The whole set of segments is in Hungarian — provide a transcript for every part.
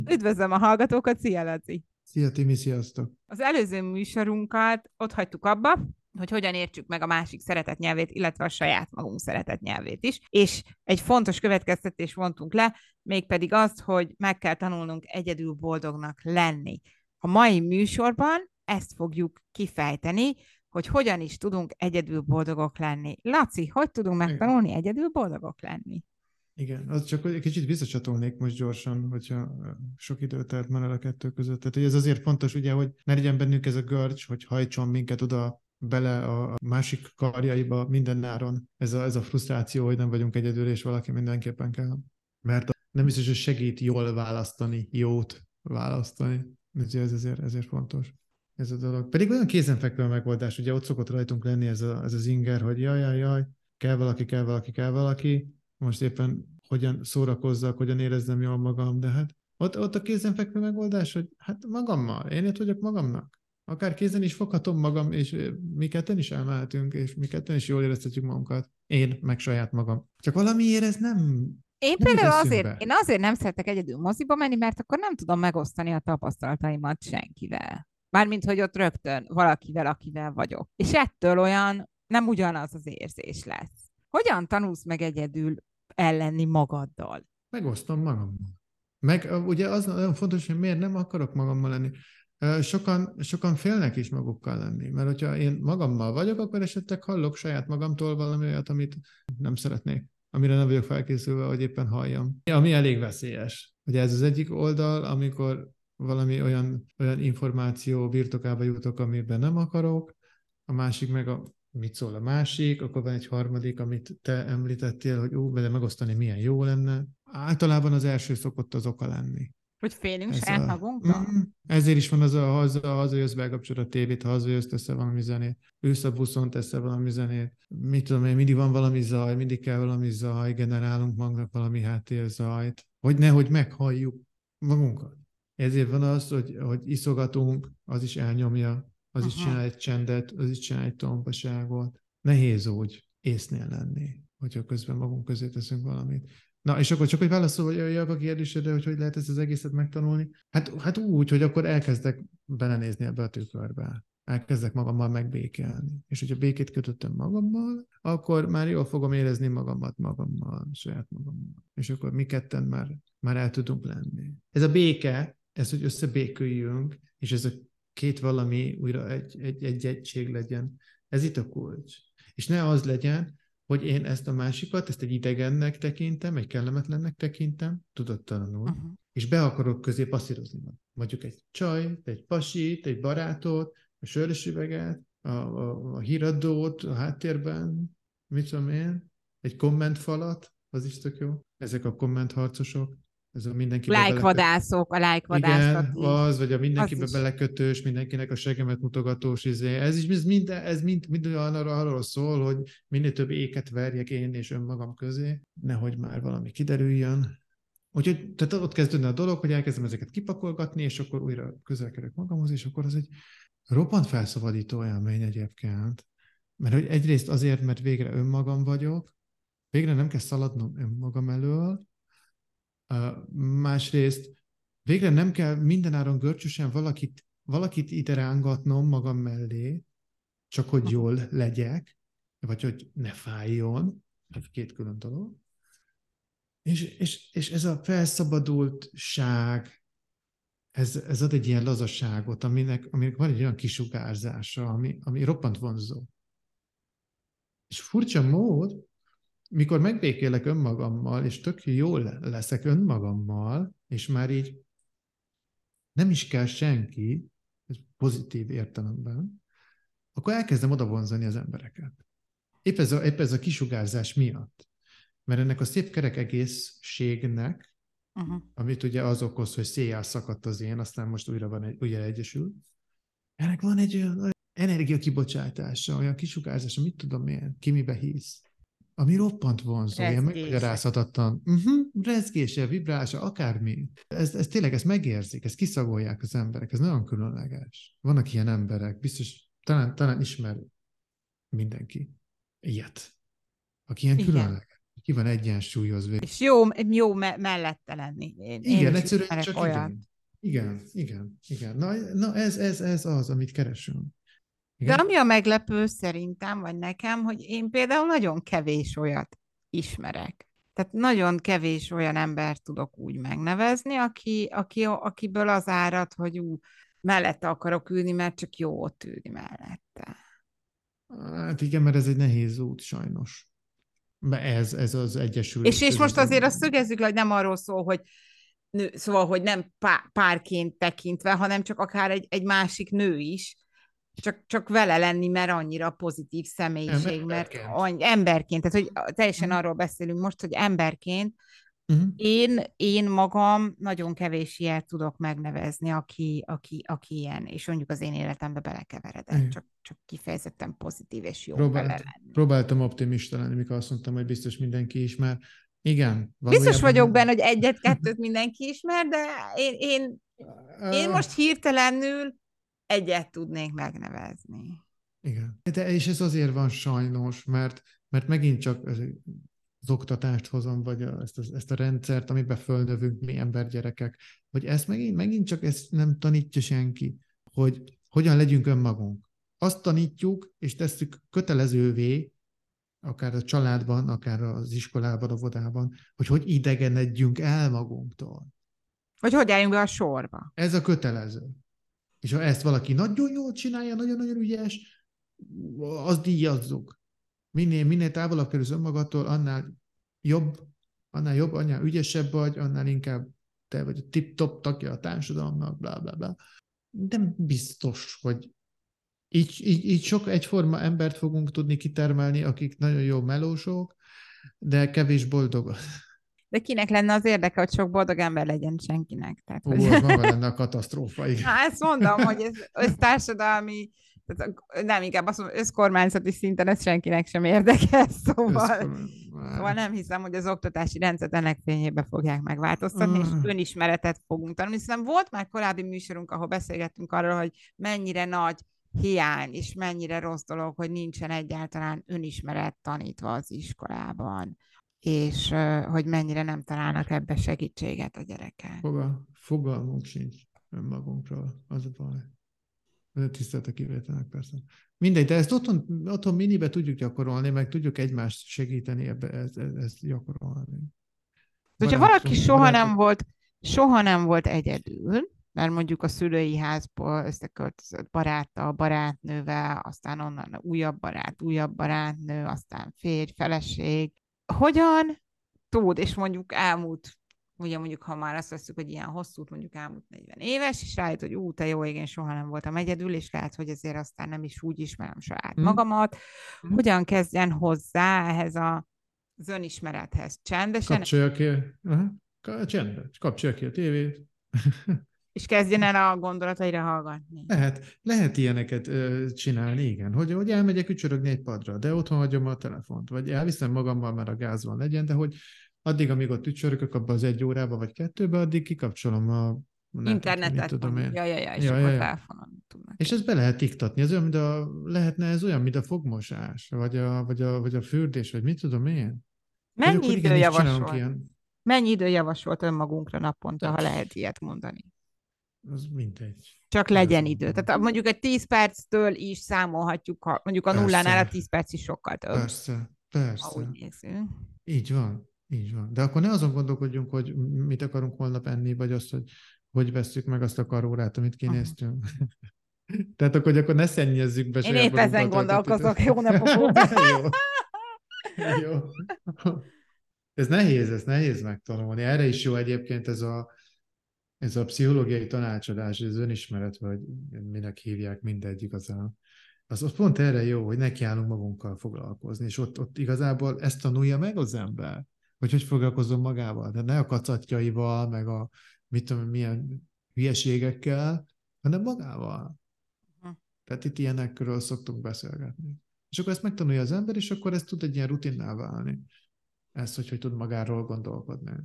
Üdvözlöm a hallgatókat, szia Laci! Szia Timi, sziasztok! Az előző műsorunkat ott hagytuk abba, hogy hogyan értsük meg a másik szeretett nyelvét, illetve a saját magunk szeretett nyelvét is. És egy fontos következtetést vontunk le, mégpedig azt, hogy meg kell tanulnunk egyedül boldognak lenni. A mai műsorban ezt fogjuk kifejteni, hogy hogyan is tudunk egyedül boldogok lenni. Laci, hogy tudunk Igen, megtanulni egyedül boldogok lenni? igen. Az csak egy kicsit visszacsatolnék most gyorsan, hogyha sok idő telt már el a kettő között. Tehát, hogy ez azért fontos, ugye, hogy ne legyen bennünk ez a görcs, hogy hajtson minket oda bele a másik karjaiba mindenáron. Ez a frusztráció, hogy nem vagyunk egyedül, és valaki mindenképpen kell. Mert nem biztos, hogy segít jól választani, jót választani. Úgyhogy ezért fontos. Ez a dolog. Pedig olyan kézenfekvő megoldás, ugye ott szokott rajtunk lenni ez az inger, hogy jaj, jaj, jaj, kell valaki, kell valaki, kell valaki. Most éppen hogyan szórakozzak, hogyan érezzem jól magam, de hát ott a kézenfekvő megoldás, hogy hát magammal, én itt vagyok magamnak. Akár kézen is foghatom magam, és mi ketten is elmehetünk, és mi ketten is jól érezhetjük magunkat. Én, meg saját magam. Csak valamiért ez Én nem jut például eszünkbe. azért nem szeretek egyedül moziba menni, mert akkor nem tudom megosztani a tapasztalataimat senkivel. Mármint, hogy ott rögtön valakivel, akivel vagyok. És ettől olyan nem ugyanaz az érzés lesz. Hogyan tanulsz meg egyedül ellenni magaddal? Megosztom magammal. Meg ugye az nagyon fontos, hogy miért nem akarok magammal lenni. Sokan félnek is magukkal lenni, mert hogyha én magammal vagyok, akkor esetleg hallok saját magamtól valami olyat, amit nem szeretnék, amire nem vagyok felkészülve, hogy éppen halljam. Ami elég veszélyes. Ugye ez az egyik oldal, amikor valami olyan információ birtokába jutok, amiben nem akarok, a másik meg mit szól a másik, akkor van egy harmadik, amit te említettél, hogy de megosztani milyen jó lenne. Általában az első szokott az oka lenni. Hogy félünk Ez saját magunktól? ezért is van az hazajössz, bekapcsolod a tévét, ha hazajössz, teszel valami zenét, ülsz a buszon, teszel valami zenét, mit tudom én, mindig van valami zaj, mindig kell valami zaj, generálunk magunknak valami háttérzajt, hogy nehogy meghalljuk magunkat. Ezért van az, hogy iszogatunk, az is elnyomja, az is Uh-huh. csinál egy csendet, az is csinál egy tompaságot. Nehéz úgy észnél lenni, hogyha közben magunk közé teszünk valamit. Na, és akkor csak, hogy válaszoljak a kérdésedre, hogy lehet ezt az egészet megtanulni. Hát úgy, hogy akkor elkezdek belenézni ebbe a tükörbe. Elkezdek magammal megbékélni. És hogyha békét kötöttem magammal, akkor már jól fogom érezni magammal, saját magammal. És akkor mi ketten már el tudunk lenni. Ez a béke, ez, hogy összebéküljünk, és ez a két valami újra egy egység legyen, ez itt a kulcs. És ne az legyen, hogy én ezt a másikat, ezt egy idegennek tekintem, egy kellemetlennek tekintem, tudattalanul, Uh-huh. és be akarok közé passzírozni. Mondjuk egy csajt, egy pasit, egy barátot, a sörös üveget, a híradót a háttérben, mit tudom én, egy kommentfalat, az is tök jó. Ezek a kommentharcosok, ez a mindenkibe belekötő. Lájkvadászok, a lájkvadászat Igen, is. vagy a Az mindenkibe is. belekötős, mindenkinek a segemet mutogatós izé. Ez mind arról szól, hogy minél több éket verjek én és önmagam közé, nehogy már valami kiderüljön. Úgyhogy tehát ott kezdődne a dolog, hogy elkezdem ezeket kipakolgatni, és akkor újra közel kerek magamhoz, és akkor az egy roppant felszabadító élmény egyébként. Mert hogy egyrészt azért, mert végre önmagam vagyok, végre nem kell szaladnom önmagam elől, másrészt végre nem kell mindenáron görcsösen valakit ide rángatnom magam mellé, csak hogy jól legyek, vagy hogy ne fájjon. Ez két külön dolog. És ez a felszabadultság, ez ad egy ilyen lazaságot, aminek van egy olyan kisugárzása, ami roppant vonzó. És furcsa mód, mikor megbékélek önmagammal, és tök jól leszek önmagammal, és már így nem is kell senki, ez pozitív értelemben, akkor elkezdem odavonzani az embereket. Épp ez a kisugárzás miatt. Mert ennek a szép kerek egészségnek, Uh-huh. amit ugye az okoz, hogy széjjel szakadt az én, aztán most újra egyesül, ennek van egy olyan energiakibocsátása, olyan kisugárzása, mit tudom én, ki mibe hisz. Ami roppant vonzó, ilyen Rezgések. megmagyarázhatatlan, rezgése, vibrálása, akármi. Ez tényleg, ezt megérzik, ezt kiszagolják az emberek, ez nagyon különleges. Vannak ilyen emberek, biztos, talán ismer mindenki ilyet, aki ilyen Igen. különleges. ki van egyensúlyozva. És jó mellette lenni. Én Igen, is egyszerűen ismerek csak olyat. igen. Igen. Na ez az, amit keresünk. De Igen? ami a meglepő szerintem, vagy nekem, hogy én például nagyon kevés olyat ismerek. Tehát nagyon kevés olyan embert tudok úgy megnevezni, akiből az árad, hogy mellette akarok ülni, mert csak jó ott ülni mellette. Hát igen, mert ez egy nehéz út, sajnos. Mert ez az És, egyesülés, és ez most az a... azért azt szögezzük le, hogy nem arról szól, hogy szóval, hogy nem párként tekintve, hanem csak akár egy másik nő is, csak vele lenni, mert annyira pozitív személyiség, mert Emberként. emberként, tehát hogy teljesen Mhm. arról beszélünk most, hogy emberként Mhm. én magam nagyon kevés ilyet tudok megnevezni, aki ilyen, és mondjuk az én életembe belekeveredett, Igen. csak kifejezetten pozitív és jó vele Próbált, lenni. próbáltam optimista lenni, mikor azt mondtam, hogy biztos mindenki ismer. Igen, Biztos vagyok valójában... benne, hogy egyet-kettőt mindenki ismer, de én Uh, most hirtelenül egyet tudnék megnevezni. igen. De és ez azért van sajnos, mert megint csak az oktatást hozom, vagy ezt a rendszert, amiben fölnövünk mi embergyerekek, hogy ezt megint csak ezt nem tanítja senki, hogy hogyan legyünk önmagunk. Azt tanítjuk, és tesszük kötelezővé, akár a családban, akár az iskolában, a vodában, hogy idegenedjünk el magunktól. Hogy álljunk be a sorba. Ez a kötelező. És ha ezt valaki nagyon jól csinálja, nagyon-nagyon ügyes, azt díjazzuk. Minél távolabb kerülsz önmagadtól, jobb, annál ügyesebb vagy, annál inkább te vagy a tip-top tagja a társadalomnak, bla bla bla. Nem biztos, hogy így sok egyforma embert fogunk tudni kitermelni, akik nagyon jó melósok, de kevés boldog. De kinek lenne az érdeke, hogy sok boldog ember legyen senkinek? Tehát, hogy... Az maga lenne a katasztrófa, igen. Na, ezt mondom, hogy ez össztársadalmi, tehát nem, inkább azt mondom, összkormányzati szinten ez senkinek sem érdekes, szóval nem hiszem, hogy az oktatási rendszert ennek fényébe fogják megváltoztatni, és önismeretet fogunk tanulni, hiszen volt már korábbi műsorunk, ahol beszélgettünk arról, hogy mennyire nagy hiány, és mennyire rossz dolog, hogy nincsen egyáltalán önismeret tanítva az iskolában, és hogy mennyire nem találnak ebbe segítséget a gyerekek. Fogalmunk sincs önmagunkról, az a baj. Tisztelt a kivételnek persze. Mindegy, de ezt otthon minibe tudjuk gyakorolni, meg tudjuk egymást segíteni ebbe, ezt gyakorolni. Hogyha valaki soha nem volt egyedül, mert mondjuk a szülői házból összeköltözött baráttal, barátnővel, aztán onnan újabb barátnő, aztán férj, feleség. Hogyan tud, és mondjuk elmúlt, ugye mondjuk, ha már azt veszük, hogy ilyen hosszút, mondjuk elmúlt 40 éves, és rájött, hogy te jó ég, én soha nem voltam egyedül, és lehet, hogy ezért aztán nem is úgy ismerem saját magamat. Hogyan kezdjen hozzá ehhez az önismerethez? Csendesen? Kapcsolja ki, csendet, kapcsolja ki a tévét. És kezdjen el a gondolataira hallgatni. Lehet ilyeneket csinálni, igen. Hogy elmegyek ücsörögni egy padra, de otthon hagyom a telefont, vagy elviszem magammal, mert a gáz van legyen, de hogy addig, amíg ott ücsörögök abban az 1 órába vagy 2-be, addig kikapcsolom a internetet, tudom én. és akkor telefonon tudnak. És ezt be lehet iktatni. Ez olyan, ez olyan, mint a fogmosás, vagy a fürdés, vagy mit tudom én. Mennyi idő javasolt önmagunkra naponta, ha lehet ilyet mondani? Az mindegy. Csak legyen idő. Tehát mondjuk egy 10 perctől is számolhatjuk, ha mondjuk a nullánál a 10 perc is sokkal több. Persze. Ha úgy nézzünk. Így van. De akkor ne azon gondolkodjunk, hogy mit akarunk holnap enni, vagy azt, hogy vesszük meg azt a karórát, amit kinéztünk. Tehát akkor ne szennyezzük be saját magunkat. Én épp ezen gondolkozok, jó napot óta. Jó. Ez nehéz megtanulni. Erre is jó egyébként ez a pszichológiai tanácsadás, az önismeret, vagy minek hívják, mindegy igazán. Az pont erre jó, hogy nekiállunk magunkkal foglalkozni, és ott igazából ezt tanulja meg az ember, hogy foglalkozom magával, de ne a kacatjaival, meg a mit tudom, milyen hülyeségekkel, hanem magával. Tehát itt ilyenekről szoktunk beszélgetni. És akkor ezt megtanulja az ember, és akkor ez tud egy ilyen rutinná válni. Ezt, hogy tud magáról gondolkodni.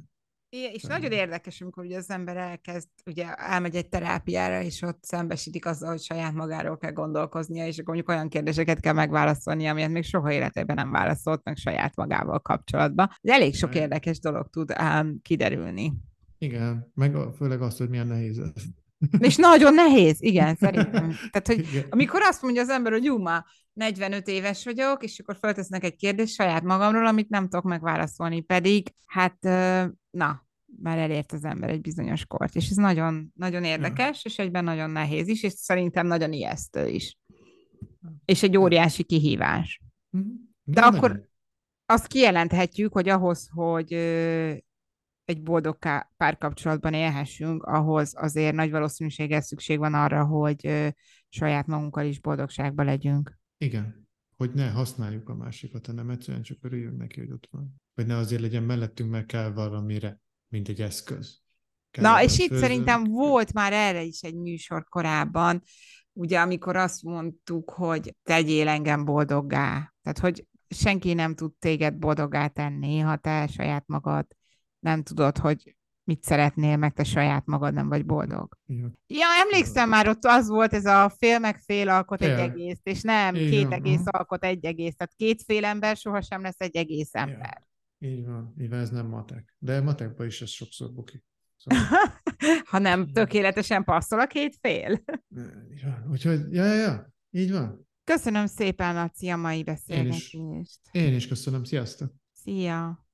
És nagyon érdekes, amikor ugye az ember ugye elmegy egy terápiára, és ott szembesítik azzal, hogy saját magáról kell gondolkoznia, és akkor mondjuk olyan kérdéseket kell megválaszolni, amilyet még soha életében nem válaszolt meg saját magával kapcsolatban. De elég sok érdekes dolog tud kiderülni. Igen, meg főleg azt, hogy milyen nehéz ez. És nagyon nehéz, igen, szerintem. Tehát, hogy Igen. amikor azt mondja az ember, hogy már 45 éves vagyok, és akkor feltesznek egy kérdést saját magamról, amit nem tudok megválaszolni, pedig hát, na, már elért az ember egy bizonyos kort, és ez nagyon, nagyon érdekes, és egyben nagyon nehéz is, és szerintem nagyon ijesztő is. És egy óriási kihívás. De akkor azt kijelenthetjük, hogy ahhoz, hogy egy boldog párkapcsolatban élhessünk, ahhoz azért nagy valószínűséggel szükség van arra, hogy saját magunkkal is boldogságban legyünk. Igen, hogy ne használjuk a másikat, hanem egyszerűen csak örüljünk neki, hogy ott van. Vagy ne azért legyen mellettünk, mert kell valamire, mint egy eszköz. Na, és itt szerintem volt már erre is egy műsor korábban, ugye, amikor azt mondtuk, hogy tegyél engem boldoggá. Tehát, hogy senki nem tud téged boldoggá tenni, ha te saját magad nem tudod, hogy mit szeretnél, meg te saját magad nem vagy boldog. Ja, emlékszem már, ott az volt ez a fél meg fél alkot egy egész, és nem két egész alkot egy egész. Tehát két fél ember sohasem lesz egy egész ember. Így van, ez nem matek. De matekban is ez sokszor bukik. Szóval... ha nem tökéletesen passzol a két fél. Úgyhogy, így van. Köszönöm szépen, Laci, a mai beszélgetést. Én is köszönöm, sziasztok! Szia!